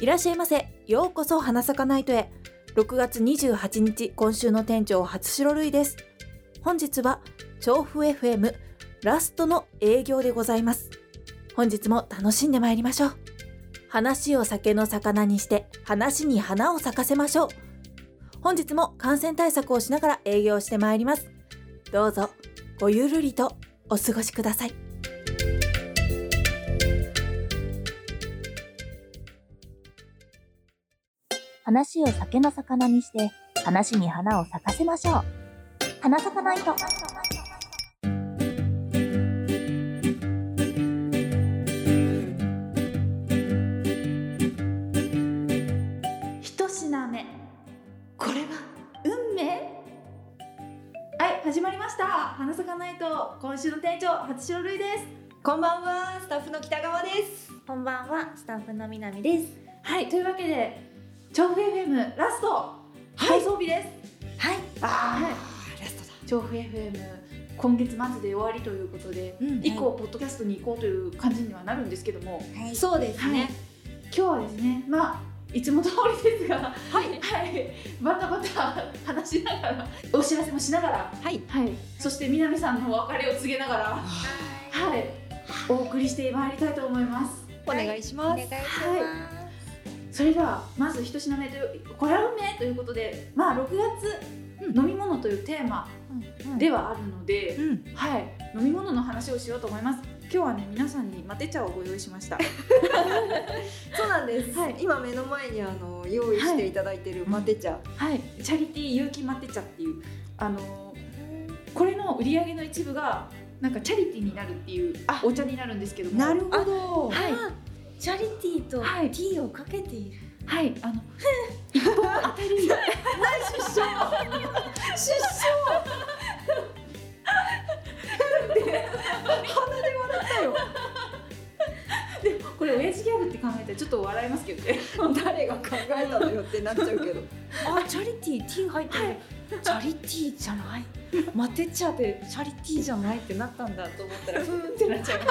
いらっしゃいませ。ようこそ花咲かナイトへ。6月28日、今週の店長初白類です。本日は調布 FM ラストの営業でございます。本日も楽しんでまいりましょう。話を酒の魚にして話に花を咲かせましょう。本日も感染対策をしながら営業してまいります。どうぞごゆるりとお過ごしください。 話を酒の魚にして話に花を咲かせましょう。花咲かないと。 一品目、これは運命。はい、始まりました。花咲かないと、今週の店長初白類です。 こんばんは、スタッフの北川です。 こんばんは、スタッフの南です。 はい、というわけで調布 FM ラスト放送日です。 はい、 はい、 ラストだ。 調布 FM 今月末で終わりということで、以降ポッドキャストに行こうという感じにはなるんですけども、 はい、そうですね、 今日はですね、いつも通りですが、はい、バタバタ話しながら、お知らせもしながら、そして南さんのお別れを告げながら、お送りしてまいりたいと思います。 お願いします。 それではまず一品目という、これは運命ということで、6月、飲み物というテーマではあるので、飲み物の話をしようと思います。今日はね、皆さんにマテ茶をご用意しました。 そうなんです、今目の前に用意していただいているマテ茶、 チャリティー有機マテ茶っていう、これの売り上げの一部がなんかチャリティーになるっていうお茶になるるんですけども、 なるほど、 チャリティーとティーをかけている。 一本当たり失笑鼻で笑ったよ。 でもこれ親父ギャグって考えたらちょっと笑いますけどね。 誰が考えたのよってなっちゃうけどチャリティー、ティー入ってる、チャリティーじゃない、マテ茶でチャリティーじゃないってなったんだと思ったらふーってなっちゃいました。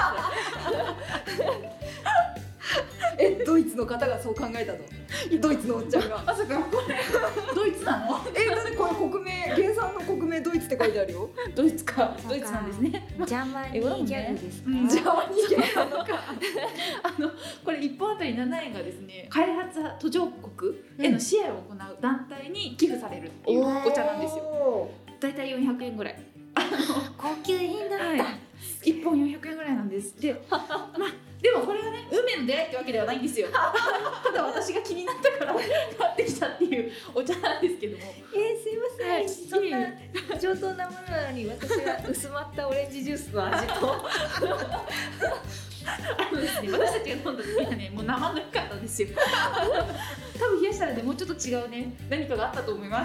ドイツの方がそう考えたの？ドイツのおっちゃんが。 まさかこれドイツなの？ だってこれ国名、原産の国名ドイツって書いてあるよ。 ドイツか、ドイツなんですね。 ジャーマニーギャグですか？ ジャーマニーギャグなのか。 これ1本あたり7円がですね、開発途上国への支援を行う団体に寄付されるっていうお茶なんですよ。だいたい400円ぐらい。 高級品だった。 1本400円ぐらいなんです。で、でもこれがね、運命の出会いってわけではないんですよ。ただ私が気になったから買ってきたっていうお茶なんですけども。 すいません、そんな上等なものなのに私は薄まったオレンジジュースの味とですね、私たちが飲んだ時はね、もう生ぬるかったんですよ。多分冷やしたらね、もうちょっと違うね、何かがあったと思います。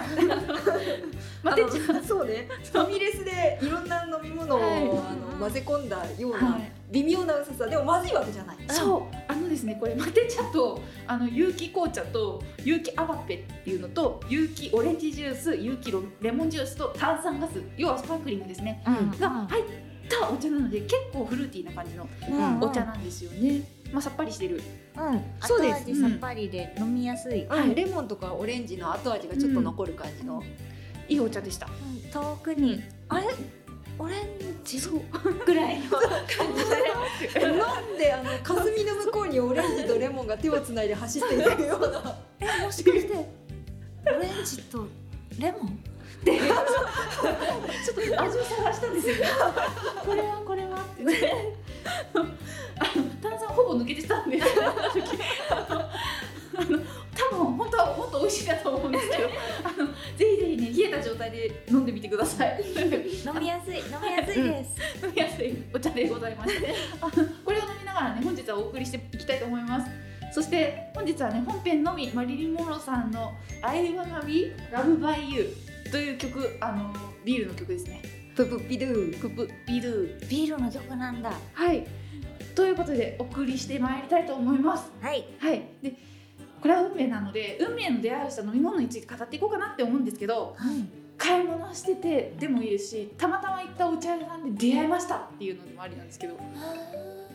そうね、ファミレスでいろんな飲み物を混ぜ込んだような微妙な薄さでもまずいわけじゃない。 そう、ですね、これマテ茶と有機紅茶と有機アガペっていうのと有機オレンジジュース、有機レモンジュースと炭酸ガス、要はスパークリングですね、が入ったお茶なので、結構フルーティーな感じのお茶なんですよね。さっぱりしてる。 そうです。後味さっぱりで飲みやすい。 レモンとかオレンジの後味がちょっと残る感じのいいお茶でした。 遠くにオレンジぐらいの感じでなんで霞の向こうにオレンジとレモンが手をつないで走っているようなもしかしてオレンジとレモンってちょっと味を探したんですよね。これはってね。炭酸ほぼ抜けてたんで、多分本当はもっと美味しいなと思うんですけど、ぜひぜひね、冷えた状態で飲んでみてください。 飲みやすいです。 飲みやすいお茶でございます。これを飲みながらね、本日はお送りしていきたいと思います。そして本日はね、本編のみマリリン・モンローさんの I Wanna Be Loved by You という曲、ビールの曲ですね。 ププピドゥププピドゥ、 ビールの曲なんだ。 ということでお送りしてまいりたいと思います。で、これは運命なので、運命の出会いをした飲み物について語っていこうかなって思うんですけど、買い物しててでもいいですし、たまたま行ったお茶屋さんで出会いましたっていうのでもありなんですけど、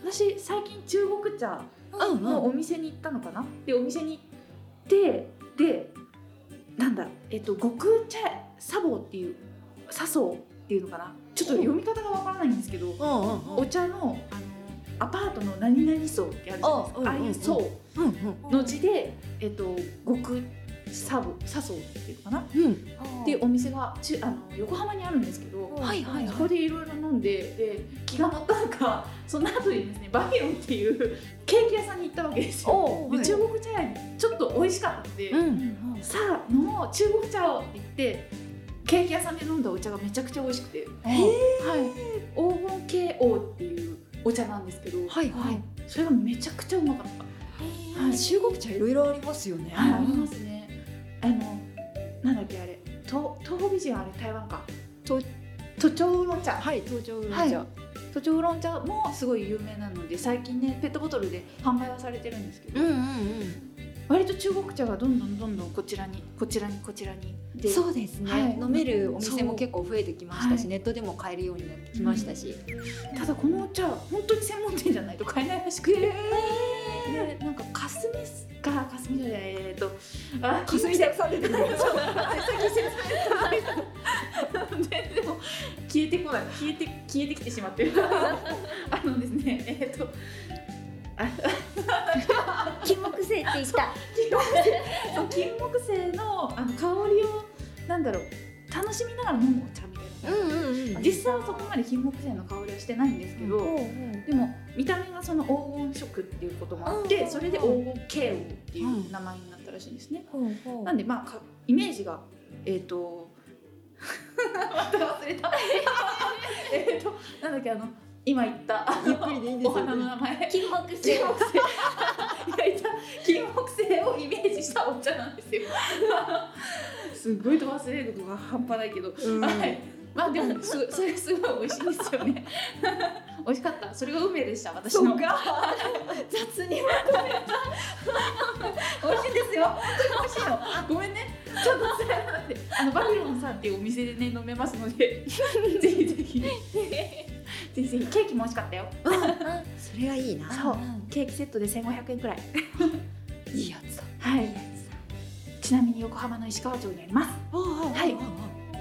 私最近中国茶のお店に行ったのかな。でお店に行ってでなんだ極茶茶房っていう茶草っていうのかな。ちょっと読み方がわからないんですけど、お茶のアパートの何々層ってあるじゃないですか。ああいう層の字で極茶草っていうのかな。でお店が横浜にあるんですけど、そこでいろいろ飲んで気が乗ったのか、その後にですねバビロンっていうケーキ屋さんに行ったわけですよ。で中国茶屋にちょっと美味しかったので、さあ飲もう中国茶をって言ってケーキ屋さんで飲んだお茶がめちゃくちゃ美味しくて、黄金慶応っていうお茶なんですけど、それがめちゃくちゃうまかった。 中国茶いろいろありますよね。 ありますね。なんだっけあれ、東北美人あれ台湾か。都庁ウーロン茶。 都庁ウーロン茶。 都庁ウーロン茶もすごい有名なので、最近ねペットボトルで販売はされてるんですけど、割と中国茶がどんどんこちらにで、 そうですね、飲めるお店も結構増えてきましたし、ネットでも買えるようになってきましたし、 ただこのお茶本当に専門店じゃないと買えないらしくて、でなんか霞じゃない霞たくさん出てくる。 でも消えてこない、消えてきてしまってる。ですね金木犀って言った。 金木犀の香りをなんだろう楽しみながら飲むお茶みたいな。実際はそこまで金木犀の香りはしてないんですけど、でも見た目がその黄金色っていうこともあって、それで黄金慶応っていう名前になったらしいんですね。なんでまあイメージがまた忘れた。なんだっけ今言ったゆっくりでいいんですよ。 お花の名前。 金木犀。 金木犀をイメージしたお茶なんですよ。すごいと忘れることが半端ないけど、まあでもそれすごい美味しいんですよね。美味しかった。それが運命でした私の。 そうか。雑にまとめた。美味しいんですよ。 本当に美味しいの。ごめんね。ちょっと辛いなって。バビロンさんっていうお店でね飲めますので、ぜひぜひ。ケーキも美味しかったよ。 それはいいな。 そう、ケーキセットで1500円くらい。 いいやつだ。 はい。ちなみに横浜の石川町にあります。はい。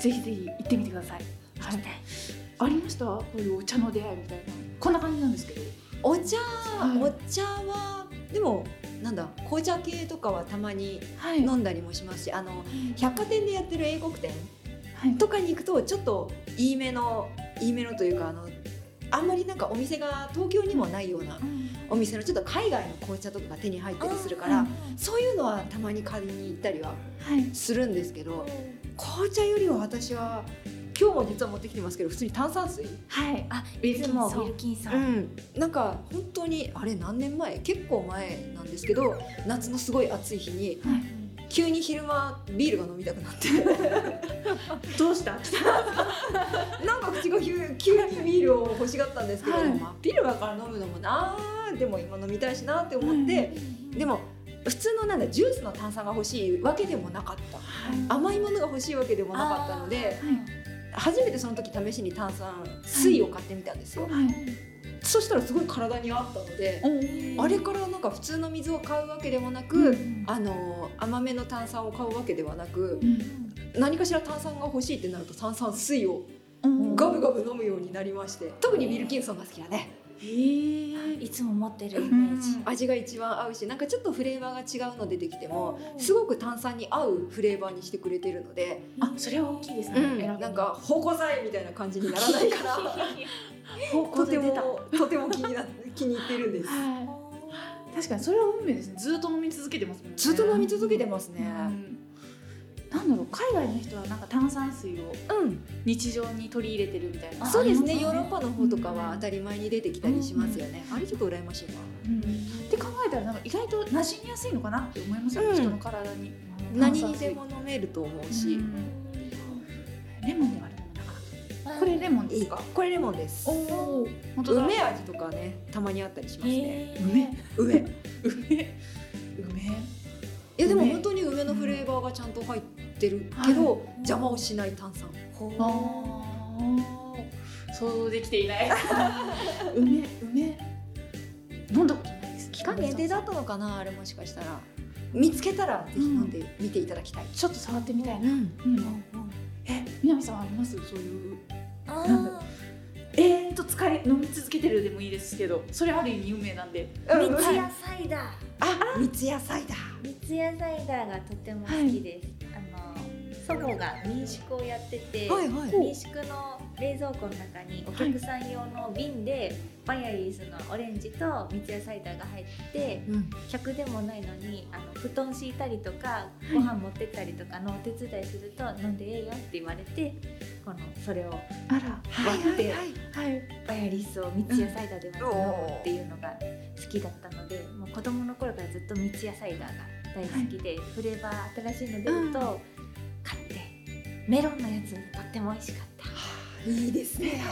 ぜひぜひ行ってみてください。はい。ありました？こういうお茶の出会いみたいな。こんな感じなんですけど。 お茶はでもなんだ紅茶系とかはたまに飲んだりもしますし、百貨店でやってる英国店とかに行くとちょっといいめのというかあんまりなんかお店が東京にもないようなお店のちょっと海外の紅茶とかが手に入ったりするから、そういうのはたまに買いに行ったりはするんですけど、紅茶よりは私は今日も実は持ってきてますけど普通に炭酸水、 いつもウィルキンソン、 なんか本当にあれ何年前結構前なんですけど、夏のすごい暑い日に、急に昼間ビールが飲みたくなってどうした？ なんか口が急にビールを欲しがったんですけど、ビールから飲むのもな、でも今飲みたいしなって思って、でも普通のジュースの炭酸が欲しいわけでもなかった、甘いものが欲しいわけでもなかったので、初めてその時試しに炭酸水を買ってみたんですよ。そしたらすごい体に合ったので、あれからなんか普通の水を買うわけでもなく、甘めの炭酸を買うわけではなく、何かしら炭酸が欲しいってなると炭酸水をガブガブ飲むようになりまして、特にウィルキンソンが好きだね。 いつも持ってるイメージ。 味が一番合うし、なんかちょっとフレーバーが違うの出てきてもすごく炭酸に合うフレーバーにしてくれてるので、 それは大きいですね。 なんか芳香剤みたいな感じにならないからとても気に入ってるんです。 確かにそれは運命ですね。ずっと飲み続けてますもんね。 ずっと飲み続けてますね。 なんだろう、海外の人はなんか炭酸水を日常に取り入れてるみたいな。 そうですね。ヨーロッパの方とかは当たり前に出てきたりしますよね。あれちょっと羨ましいな。 って考えたらなんか意外と馴染みやすいのかなって思いますよね。人の体に。 何にでも飲めると思うし。 レモンで割るのなかなか。これレモンですか？ これレモンです。梅味とかね、たまにあったりしますね。梅。いやでも本当に梅のフレーバーがちゃんと入ってるけど、邪魔をしない炭酸。 想像できていない。梅飲んだことないです。 期間限定だったのかな、あれもしかしたら。見つけたらぜひ飲んでみていただきたい。 ちょっと触ってみたいな。南さんあります？そういうなんだろう、飲み続けてるでもいいですけど、それある意味運命なんで。 三ツ矢サイダー。 三ツ矢サイダー。 三ツ矢サイダーがとても好きです。祖母が民宿をやってて、民宿の冷蔵庫の中にお客さん用の瓶でバヤリーズのオレンジと三ツ矢サイダーが入ってて、客でもないのに布団敷いたりとかご飯持ってったりとかのお手伝いすると飲んでええよって言われて、それを割ってバヤリーズを三ツ矢サイダーで割って飲むっていうのが好きだったので、もう子供の頃からずっと三ツ矢サイダーが大好きで、フレーバー新しいの出ると買って、メロンのやつとっても美味しかった。 いいですね。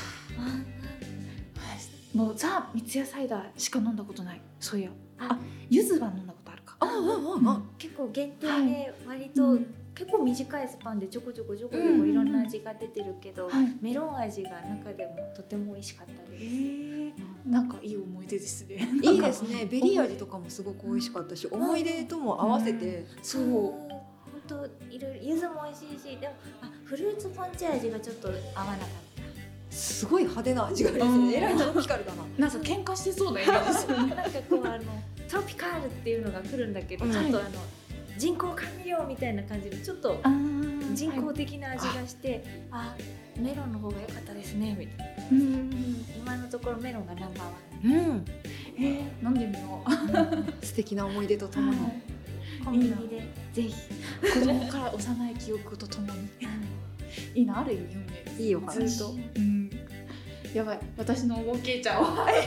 もうザ・三ツ矢サイダーしか飲んだことない。そういや、柚子は飲んだことあるか。 結構限定で割と、結構短いスパンでちょこちょこいろんな味が出てるけど、メロン味が中でもとても美味しかったです。 なんかいい思い出ですね。 いいですね。ベリー味とかもすごく美味しかったし、思い出とも合わせて、 そう本当いろいろ柚子も美味しいし、でもフルーツポンチ味がちょっと合わなかった。 すごい派手な味がありますね。えらいトロピカルだな。 なんか喧嘩してそうなイメージですよね。 なんかこうトロピカールっていうのが来るんだけど、ちょっと人工甘味料みたいな感じでちょっと人工的な味がして、メロンの方が良かったですねみたいな。今のところメロンがナンバーワン。 飲んでみよう。 素敵な思い出とともに。 コンビニでぜひ子供から幼い記憶とともに。いいな、ある意味運命です。 いいお話。 ずっと。やばい、私の合計ちゃんを。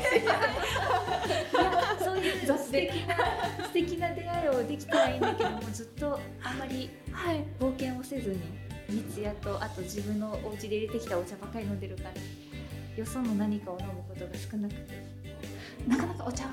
そういう素敵な出会いをできたらいいんだけども、ずっとあんまり冒険をせずに三ツ矢とあと自分のお家で入れてきたお茶ばかり飲んでるから、よその何かを飲むことが少なくて、 なかなかお茶は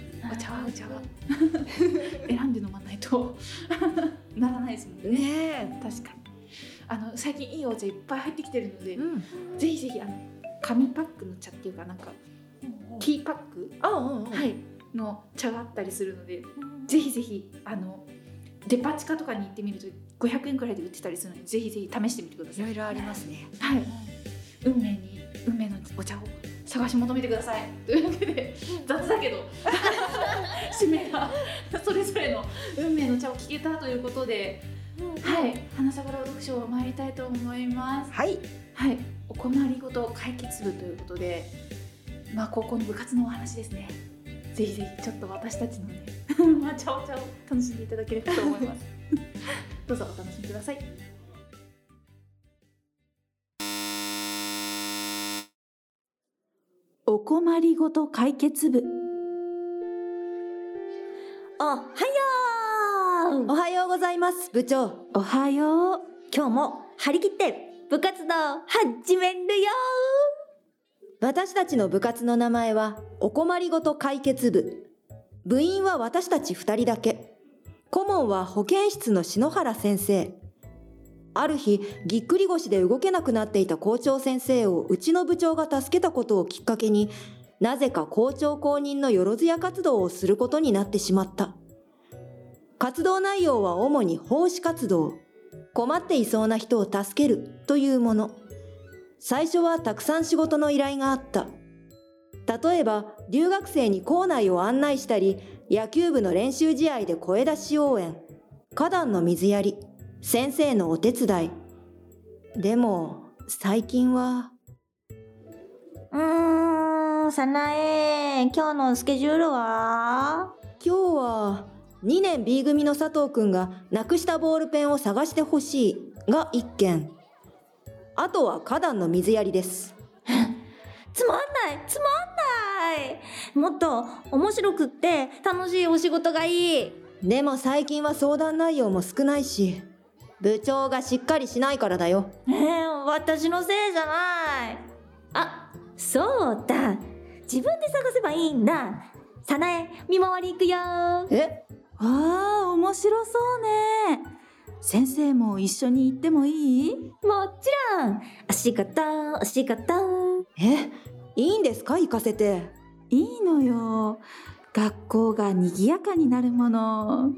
選んで飲まないとならないですもんね。確かに最近いいお茶いっぱい入ってきてるので、ぜひぜひ紙パックの茶っていうか、なんかティーパックの茶があったりするので、ぜひぜひデパ地下とかに行ってみると500円くらいで売ってたりするので、ぜひぜひ試してみてください。 いろいろありますね。 運命のお茶を探し求めてください。というわけで雑だけど締めがそれぞれの運命の茶を聞けたということで、花咲朗読書を参りたいと思います。お困りごと解決部ということで、高校の部活のお話ですね。ぜひぜひちょっと私たちのね茶を楽しんでいただければと思いますどうぞお楽しみください。お困りごと解決部。 おはようございます部長。 おはよう。 今日も張り切って部活動始めるよ。 私たちの部活の名前はお困りごと解決部。部員は私たち2人だけ。顧問は保健室の篠原先生。ある日、ぎっくり腰で動けなくなっていた校長先生をうちの部長が助けたことをきっかけに、なぜか校長公認のよろずや活動をすることになってしまった。活動内容は主に奉仕活動。困っていそうな人を助けるというもの。最初はたくさん仕事の依頼があった。例えば、留学生に校内を案内したり、野球部の練習試合で声出し応援、花壇の水やり、先生のお手伝い。でも、最近は。 さなえ、今日のスケジュールは？ 今日は、2年 B 組の佐藤くんがなくしたボールペンを探してほしいが1件。あとは花壇の水やりです。 つまんない。もっと面白くって楽しいお仕事がいい。 でも最近は相談内容も少ないし、部長がしっかりしないからだよ。 私のせいじゃない。そうだ。自分で探せばいいんだ。さなえ、見回り行くよ。 面白そうね。先生も一緒に行ってもいい？ もちろん。お仕事。 いいんですか、行かせて。 いいのよ。学校が賑やかになるもの。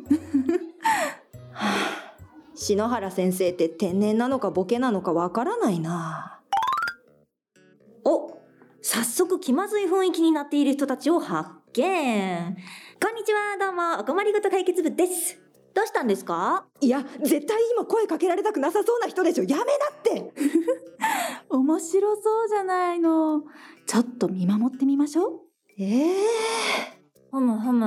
篠原先生って天然なのかボケなのかわからないな。 お、早速気まずい雰囲気になっている人たちを発見。こんにちは、どうも、お困りごと解決部です。どうしたんですか？ いや、絶対今声かけられたくなさそうな人でしょ。やめなって。 面白そうじゃないの。ちょっと見守ってみましょう。 ふむふむ。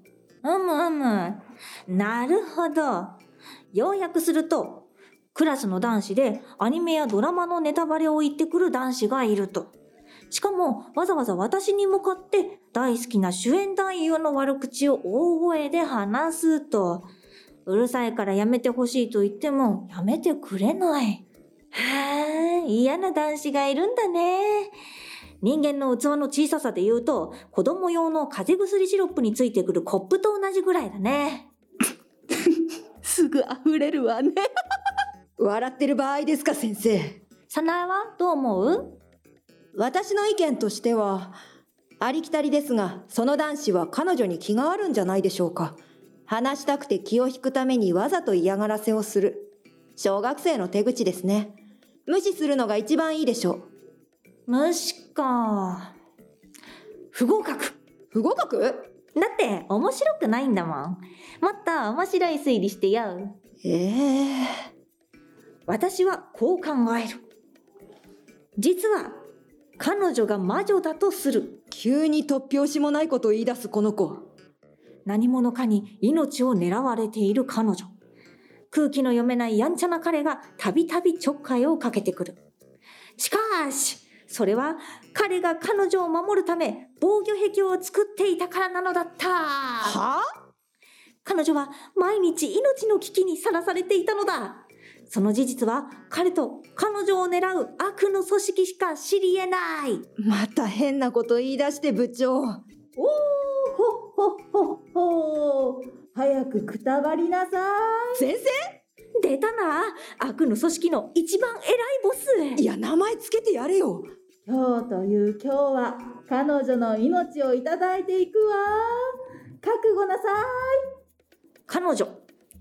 なるほど。要約すると、クラスの男子でアニメやドラマのネタバレを言ってくる男子がいると。しかもわざわざ私に向かって大好きな主演男優の悪口を大声で話すと。うるさいからやめてほしいと言ってもやめてくれない。はあ、嫌な男子がいるんだね。人間の器の小ささで言うと、子供用の風邪薬シロップについてくるコップと同じぐらいだね。 すぐ溢れるわね。 笑ってる場合ですか、先生。 早苗はどう思う？ 私の意見としては、ありきたりですが、その男子は彼女に気があるんじゃないでしょうか。話したくて気を引くためにわざと嫌がらせをする。小学生の手口ですね。無視するのが一番いいでしょう。 無視か。不合格。 不合格？ だって面白くないんだもん。もっと面白い推理してよ。私はこう考える。実は彼女が魔女だとする。 急に突拍子もないことを言い出すこの子。 何者かに命を狙われている彼女。空気の読めないやんちゃな彼がたびたびちょっかいをかけてくる。しかし、それは彼が彼女を守るため防御壁を作っていたからなのだった。 は？ 彼女は毎日命の危機にさらされていたのだ。その事実は彼と彼女を狙う悪の組織しか知り得ない。 また変なこと言い出して部長。 おーほっほっほっほ。早くくたばりなさい。 先出たな、悪の組織の一番偉いボス。 生？いや、名前つけてやれよ。 今日という今日は彼女の命をいただいていくわ。覚悟なさい。 彼女、キャ、いや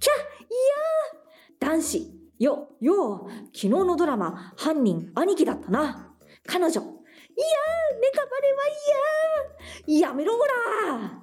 男子、よ、昨日のドラマ、犯人、兄貴だったな。彼女、いやネタバレは嫌。やめろほら。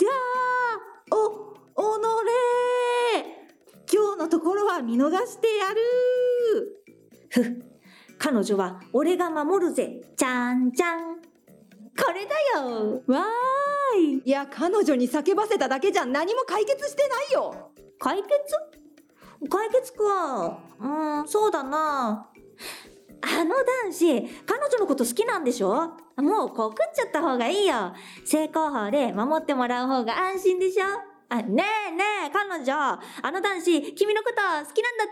おのれ。今日のところは見逃してやる。 彼女は俺が守るぜ。ちゃんちゃん。これだよ。 わーい。 いや、彼女に叫ばせただけじゃ何も解決してないよ。 解決か。そうだな。あの男子、彼女のこと好きなんでしょ？もう告っちゃった方がいいよ。正攻法で守ってもらう方が安心でしょ？ねえ、彼女。あの男子、君のこと好きなんだって。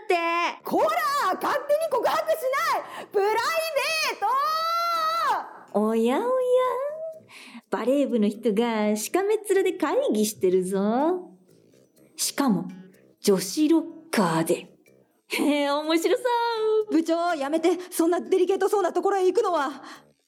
こら、勝手に告白しない。プライベート。 おやバレー部の人がしかめっ面で会議してるぞ。しかも、女子ロッカーで。面白そう。 部長、やめて。そんなデリケートそうなところへ行くのは。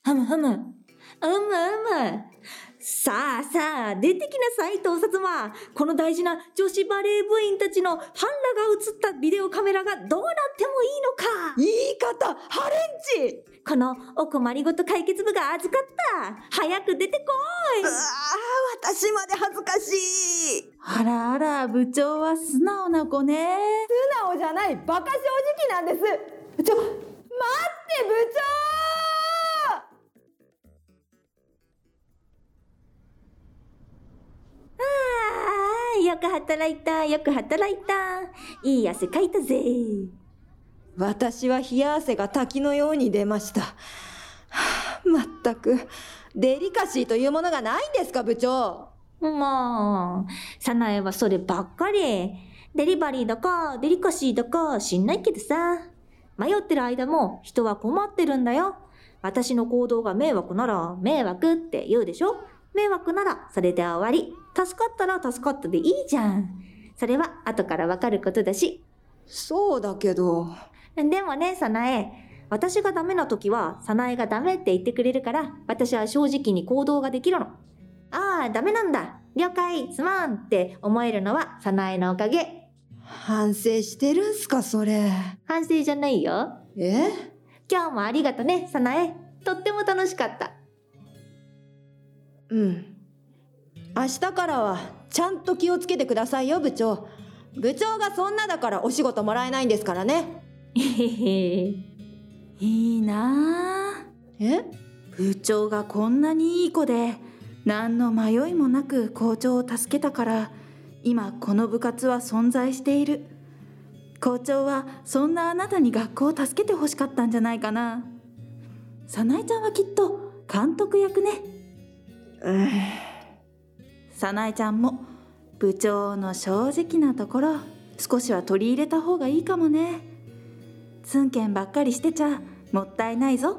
さあ、出てきなさい、盗撮魔。この大事な女子バレー部員たちの半裸が映ったビデオカメラがどうなってもいいのか。 言い方、ハレンチ。 このお困りごと解決部が預かった。早く出てこい。 私まで恥ずかしい。 あら、部長は素直な子ね。 素直じゃない、バカ正直なんです。待って、部長。 よく働いた。いい汗かいたぜ。 私は冷や汗が滝のように出ました。まったく、デリカシーというものがないんですか、部長。 もう、早苗はそればっかり。デリバリーだか、デリカシーだか知んないけどさ。迷ってる間も人は困ってるんだよ。私の行動が迷惑なら迷惑って言うでしょ？迷惑ならそれで終わり。助かったら助かったでいいじゃん。それは後からわかることだし。 そうだけど。 でもね、早苗、 私がダメな時は早苗がダメって言ってくれるから、私は正直に行動ができるの。ああ、ダメなんだ、了解、すまんって思えるのは早苗のおかげ。 反省してるんすかそれ。 反省じゃないよ。今日もありがとね早苗、とっても楽しかった。 明日からはちゃんと気をつけてくださいよ部長。部長がそんなだからお仕事もらえないんですからね。 いいなあ。部長がこんなにいい子で何の迷いもなく校長を助けたから今この部活は存在している。校長はそんなあなたに学校を助けてほしかったんじゃないかな。早苗ちゃんはきっと監督役ね。早苗ちゃんも部長の正直なところ少しは取り入れた方がいいかもね。ツンケンばっかりしてちゃもったいないぞ。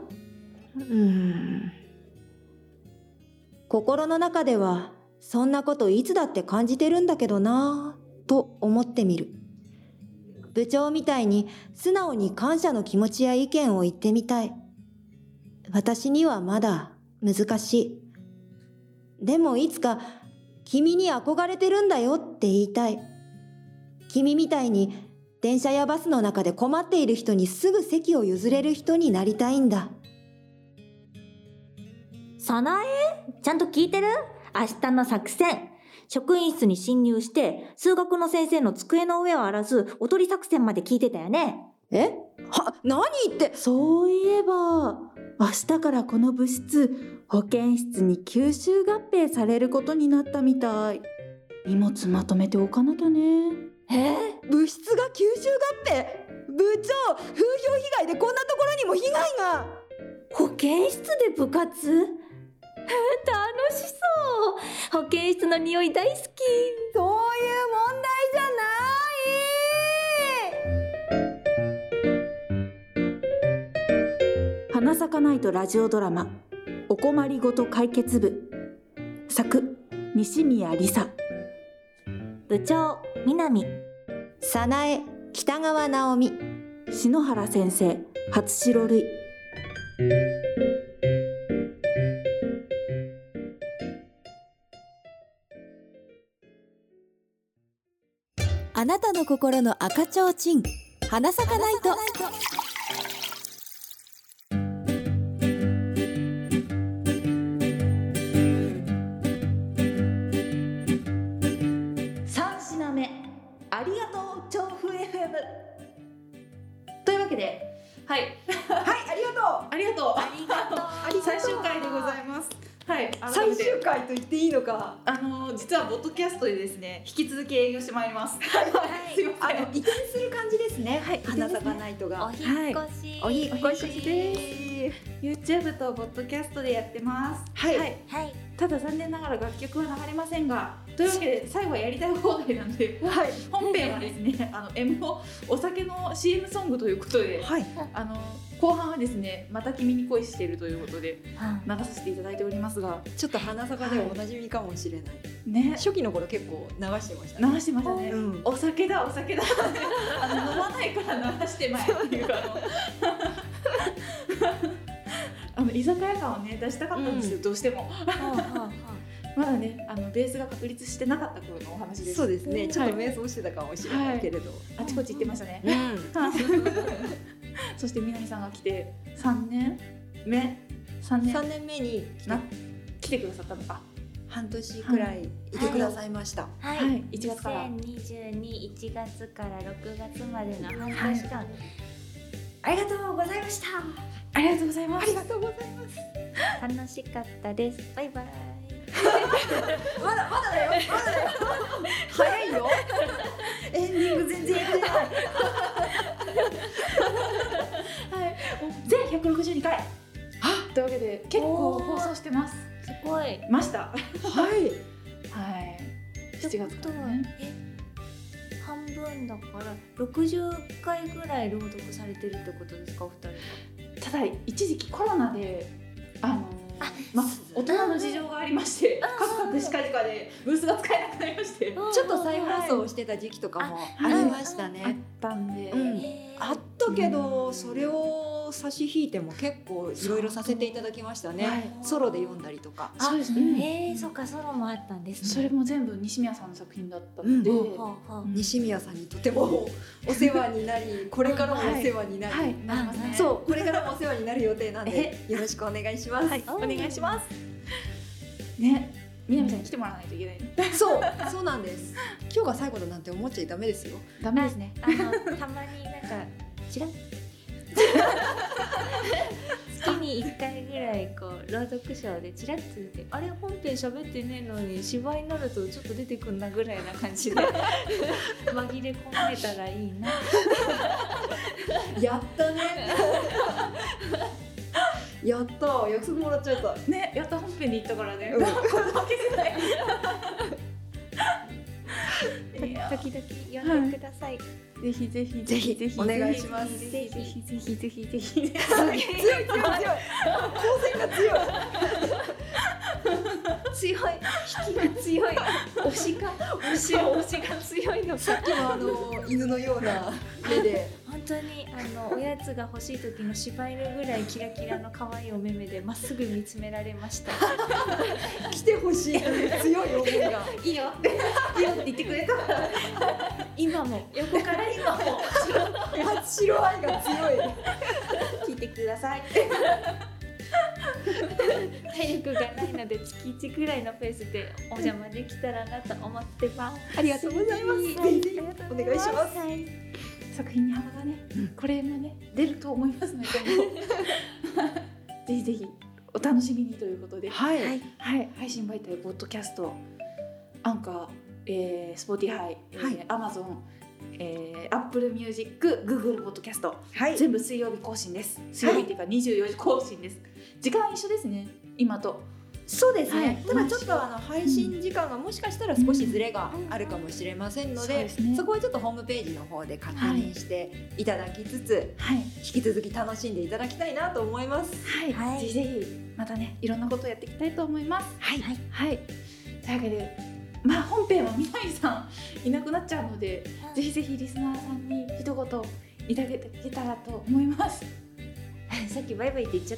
心の中ではそんなこといつだって感じてるんだけどなぁと思ってみる。部長みたいに素直に感謝の気持ちや意見を言ってみたい。私にはまだ難しい。でもいつか君に憧れてるんだよって言いたい。君みたいに電車やバスの中で困っている人にすぐ席を譲れる人になりたいんだ。 早苗、ちゃんと聞いてる？明日の作戦。職員室に侵入して数学の先生の机の上を荒らすおとり作戦まで聞いてたよね。 何言って。 そういえば明日からこの部室保健室に吸収合併されることになったみたい。荷物まとめておかなきゃね。 部室が吸収合併。部長、風評被害でこんなところにも被害が。 保健室で部活？楽しそう。保健室の匂い大好き。 そういう問題じゃない。花咲かないとラジオドラマお困りごと解決部。作西宮梨沙。 部長南。 早苗北川直美。 篠原先生初白類。 あなたの心の赤ちょうちん、花咲かないと。 3品目、ありがとう調布 FM というわけで、はい、 ありがとう。 ありがとう最終回でございます。はい、 最終回と言っていいのか。 実はポッドキャストでですね、引き続き営業してまいります。すいません。 移転する感じですね。花咲かないとが。 お引っ越し。 お引っ越しです。 YouTube とポッドキャストでやってます。 はい。 ただ残念ながら楽曲は流れませんが、というわけで最後はやりたい放題なんで、本編はですね、M4 お酒の CM ソングということで、後半はですね、また君に恋しているということで流させていただいておりますが、 ちょっと花咲かでおなじみかもしれない。 ね、 初期の頃結構流してましたね。 流してましたね。お酒だ飲まないから流してまえっていう居酒屋感をね出したかったんですよ、どうしても。まだねベースが確立してなかった頃のお話です。 そうですね、ちょっと迷走してたかもしれないけれど、 あちこち行ってましたね。そして南さんが来て3年目に来てくださったのか。 半年くらいいてくださいました。 はい、 1月から 2022 1月から6月までの半年間、ありがとうございました。 ありがとうございます。 ありがとうございます。 楽しかったです。バイバイ。 まだだよ。早いよ。エンディング全然やってない。 全162回。というわけで結構放送してます。 すごい。 ました。 はい。 7月からね。 半分だから60回ぐらい朗読されてるってことですか、お二人は。 ただ一時期コロナで大人の事情がありまして、各司会とかでブースが使えなくなりまして、 ちょっと再放送をしてた時期とかもありましたね。 あったんで、 あったけどそれを差し引いても結構いろいろさせていただきましたね、ソロで読んだりとか。 そうですね、 そうか、ソロもあったんですね。 それも全部西宮さんの作品だったので、 西宮さんにとてもお世話になり、これからもお世話になり、 なりますね。 そう、これからもお世話になる予定なんでよろしくお願いします。 お願いしますね。南さんに来てもらわないといけないね。 そうなんです。今日が最後だなんて思っちゃダメですよ。 ダメですね。 たまになんかチラッ月に1回ぐらいこう朗読賞でチラッと出て、あれ本編喋ってねえのに芝居になるとちょっと出てくんなぐらいな感じで紛れ込めたらいいな。 やったね。やった、約束もらっちゃったね。やった、本編で言ったからね。 うん、 負けてない。 時々呼んでください。 ぜひぜひぜひお願いします。 ぜひぜひぜひぜひぜひ。 強い強い強い。光線が強い。強い。引きが強い。推しが強いの。さっきの犬のような目で。 本当におやつが欲しい時の柴犬ぐらいキラキラの可愛いお目目でまっすぐ見つめられました。 来てほしい強い思いが。 いいよって言ってくれた。今も横から今も初白愛が強い。 聞いてください。体力がないので月1ぐらいのペースでお邪魔できたらなと思ってます。 ありがとうございます。ぜひお願いします。 作品に幅がね、これもね出ると思いますので、ぜひぜひお楽しみにということで、はい、配信媒体ポッドキャスト、アンカー、スポティファイ、アマゾン、アップルミュージック、グーグルポッドキャスト、全部水曜日更新です。水曜日っていうか24時更新です。時間一緒ですね、今と。 そうですね、ただちょっと配信時間がもしかしたら少しズレがあるかもしれませんので、そこはちょっとホームページの方で確認していただきつつ、引き続き楽しんでいただきたいなと思います。 ぜひぜひまたね、いろんなことをやっていきたいと思います。というわけで、本編は南さんいなくなっちゃうので、ぜひぜひリスナーさんに一言いただけたらと思います。 さっきバイバイって言っちゃった。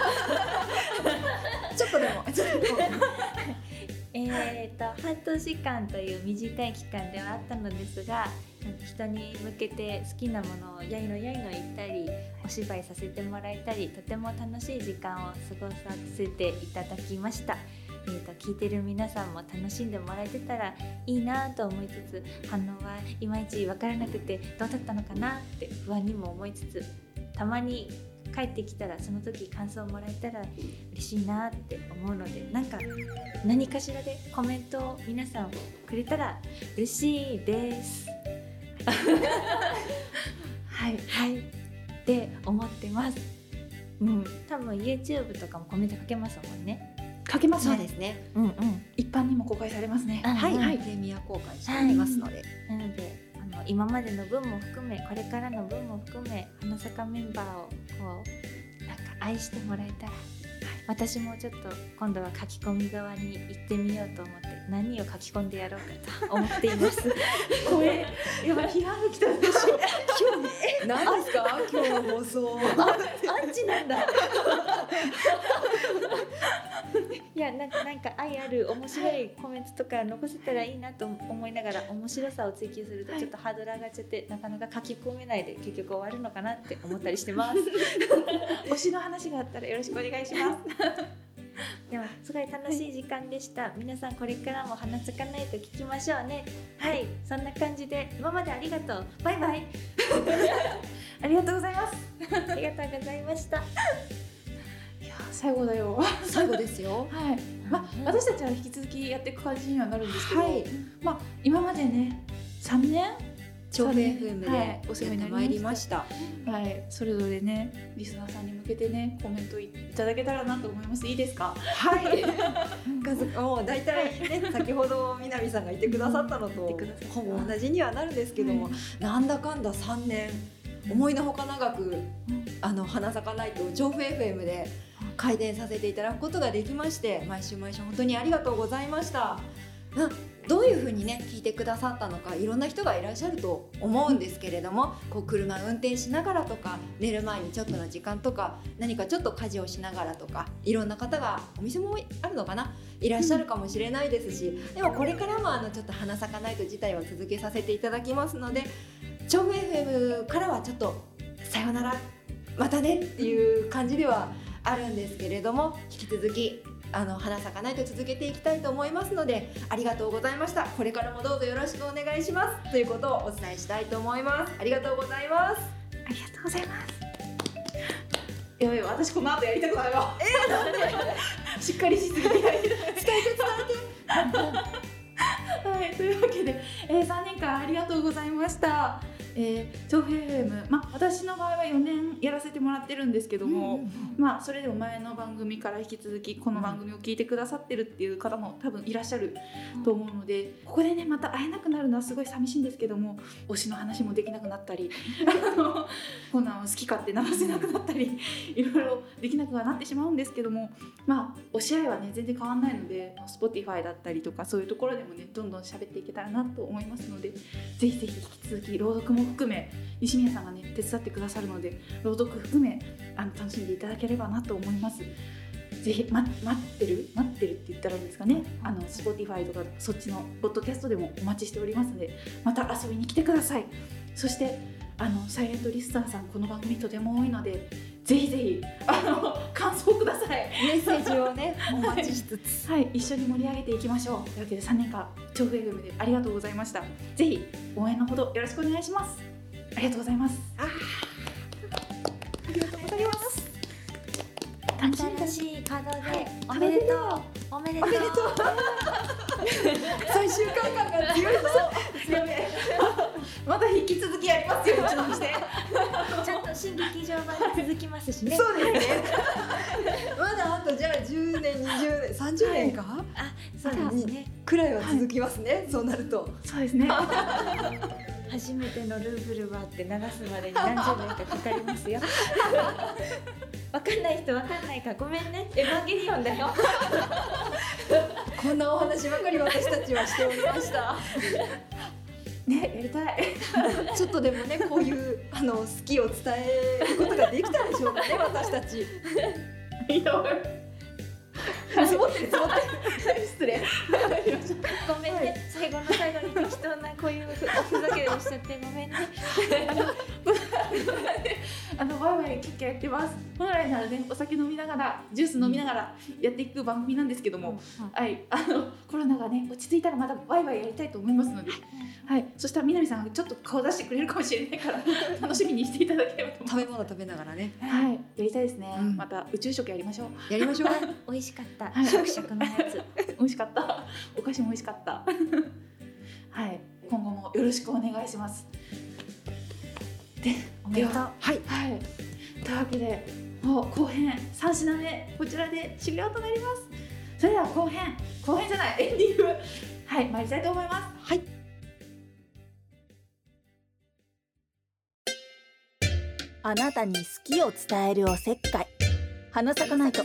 ちょっとでも半年間という短い期間ではあったのですが、人に向けて好きなものをやいのやいの言ったり、お芝居させてもらえたり、とても楽しい時間を過ごさせていただきました。聞いてる皆さんも楽しんでもらえてたらいいなと思いつつ、反応はいまいち分からなくてどうだったのかなって不安にも思いつつ、たまに帰ってきたらその時感想をもらえたら嬉しいなって思うので、何かしらでコメントを皆さんくれたら嬉しいです。って思ってます。多分 YouTube とかもコメント書けますもんね。 書けますね。 そうですね。 一般にも公開されますね。 プレミア公開しておりますので。 なので今までの分も含め、これからの分も含め、花坂メンバーを愛してもらえたら、私もちょっと今度は書き込み側に行ってみようと思って、何を書き込んでやろうかと思っています。 怖い、やばい、批判が来たでしょ。 何ですか今日の放送。 アンチなんだ。いや、なんか愛ある面白いコメントとか残せたらいいなと思いながら、面白さを追求するとちょっとハードル上がっちゃって、なかなか書き込めないで結局終わるのかなって思ったりしてます。 推しの話があったらよろしくお願いします。 では、すごい楽しい時間でした。皆さんこれからも花咲かないと聞きましょうね。そんな感じで今までありがとう。バイバイ。 ありがとうございます。 ありがとうございました。 いや、最後だよ。 最後ですよ。 私たちは引き続きやっていく感じにはなるんですけど、今までね、3年調布 FM でやってまいりました。 それぞれね、リスナーさんに向けてね、コメントいただけたらなと思います。いいですか？ もう大体ね、先ほど南さんが言ってくださったのとほぼ同じにはなるんですけども、なんだかんだ3年思いのほか長く花咲かないと調布 FM で開店させていただくことができまして、毎週本当にありがとうございました。 どういう風にね聞いてくださったのか、いろんな人がいらっしゃると思うんですけれども、こう車運転しながらとか、寝る前にちょっとの時間とか、何かちょっと家事をしながらとか、いろんな方が、お店もあるのかな、いらっしゃるかもしれないですし、でもこれからもちょっと花咲かないと自体は続けさせていただきますので、調布 FM からはちょっとさようならまたねっていう感じではあるんですけれども、引き続き花咲かないと続けていきたいと思いますので、ありがとうございました。これからもどうぞよろしくお願いしますということをお伝えしたいと思います。ありがとうございます。 ありがとうございます。やばい、私この後やりたくないわ。なんでしっかりしすぎて伝えてはい、というわけで、3年間ありがとうございました。調布 FM、私の場合は4年やらせてもらってるんですけども、それでも前の番組から引き続きこの番組を聞いてくださってるっていう方も多分いらっしゃると思うので、ここでねまた会えなくなるのはすごい寂しいんですけども、推しの話もできなくなったりこんなの好き勝手流せなくなったりいろいろできなくはなってしまうんですけども、推し愛はね全然変わんないので、 Spotify だったりとかそういうところでもねどんどん喋っていけたらなと思いますので、ぜひぜひ引き続き朗読も含め西宮さんがね手伝ってくださるので、朗読含め楽しんでいただければなと思います。ぜひ、待ってるって言ったらいいんですかね、Spotify とかそっちのポッドキャストでもお待ちしておりますので、また遊びに来てください。そしてサイレントリスナーさん、この番組とても多いので、ぜひぜひ感想ください。 メッセージをねお待ちしつつ、 はい、一緒に盛り上げていきましょう。というわけで3年間調布 FM でありがとうございました。ぜひ応援のほどよろしくお願いします。ありがとうございます。ありがとうございます。 新しいカードでおめでとう、おめでとう。 最終回感が強いぞ。 強め。また引き続きやりますよ、うちの店。 ちゃんと新劇場版が続きますしね。 そうですね。まだあとじゃあ10年、20年、30年か？ そうですね。 くらいは続きますね。そうなると。 そうですね。 初めてのルーブルはって流すまでに何十年かかかりますよ。わかんない人わかんないかごめんね。エヴァンゲリオンだよ。 こんなお話ばかり私たちはしておりました。 ね、やりたい。 ちょっとでもね、こういう好きを伝えることができたでしょうかね、私たち。 いや、積もってる。失礼。 ごめんね、最後の最後に適当なこういうおふざけをしちゃってごめんね。 ワイワイキャッキャやってます。本来ならね、お酒飲みながらジュース飲みながらやっていく番組なんですけども、はい、コロナがね落ち着いたらまたワイワイやりたいと思いますので、はい、そしたら南さんがちょっと顔出してくれるかもしれないから楽しみにしていただければと思います。 食べ物食べながらね。 はい、やりたいですね。また宇宙食やりましょう。 やりましょう。 美味しかった。 はい、 シャクシャクのやつ。 美味しかった。お菓子も美味しかった。はい、今後もよろしくお願いします。 おめでとう。 はい。 というわけで、もう後編3品目こちらで終了となります。それでは後編じゃないエンディング、はい、参りたいと思います。はい。 あなたに好きを伝えるおせっかい、花咲かないと。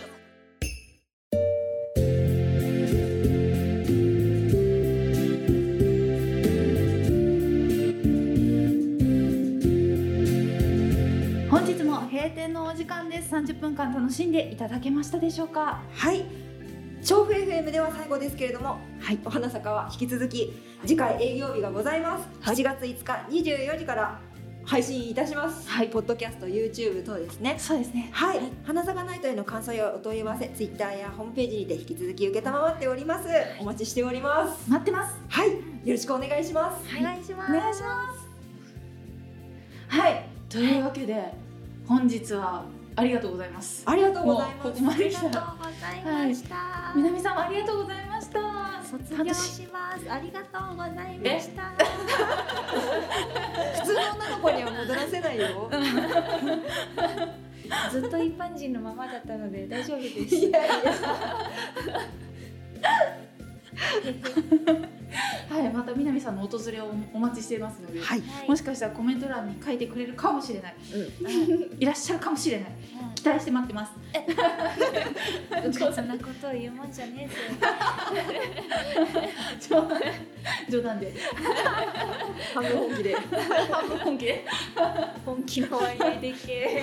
本日も閉店のお時間です。30分間楽しんでいただけましたでしょうか。 はい。調布 FM では最後ですけれども、はい、お花咲かは引き続き次回営業日がございます。8月5日24時から配信いたします。はい、ポッドキャスト、YouTube 等ですね。 そうですね。 はい、花咲かナイトへの感想やお問い合わせ、Twitter やホームページにて引き続き受けたまわっております。お待ちしております。 待ってます。 はい、よろしくお願いします。 お願いします。 お願いします。はい、というわけで本日はありがとうございます。 ありがとうございます。 ここまで来た。 ありがとうございました。 南さんもありがとうございました。 卒業します。ありがとうございました。 普通の女の子には戻らせないよ。 ずっと一般人のままだったので大丈夫です。 いやいや。 はい、また南さんの訪れをお待ちしていますので、 はい、 もしかしたらコメント欄に書いてくれるかもしれない、いらっしゃるかもしれない、期待して待ってます。 そんなことを言うもんじゃねえぞ。 冗談で半分本気で半分本気で本気の割合でけ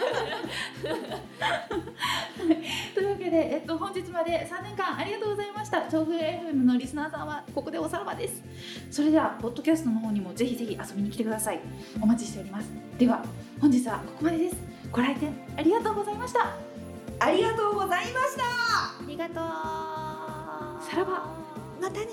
というわけで、本日まで3年間ありがとうございました。調布 FM のリスナーさんはここでおさらばです。それではポッドキャストの方にもぜひぜひ遊びに来てください。お待ちしております。では本日はここまでです。ご来店ありがとうございました。 ありがとうございました。 ありがとう。 さらば。 またね。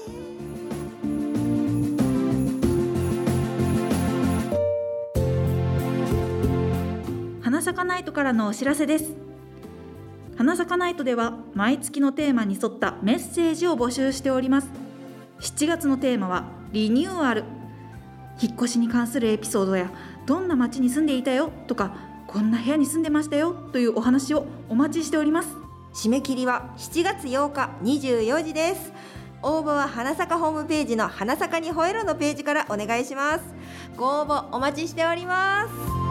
花咲かナイトからのお知らせです。花咲かナイトでは毎月のテーマに沿ったメッセージを募集しております。7月のテーマはリニューアル。引っ越しに関するエピソードや、どんな町に住んでいたよとか、こんな部屋に住んでましたよというお話をお待ちしております。 締め切りは7月8日24時です。応募は花咲かホームページの花咲かに吠えろのページからお願いします。ご応募お待ちしております。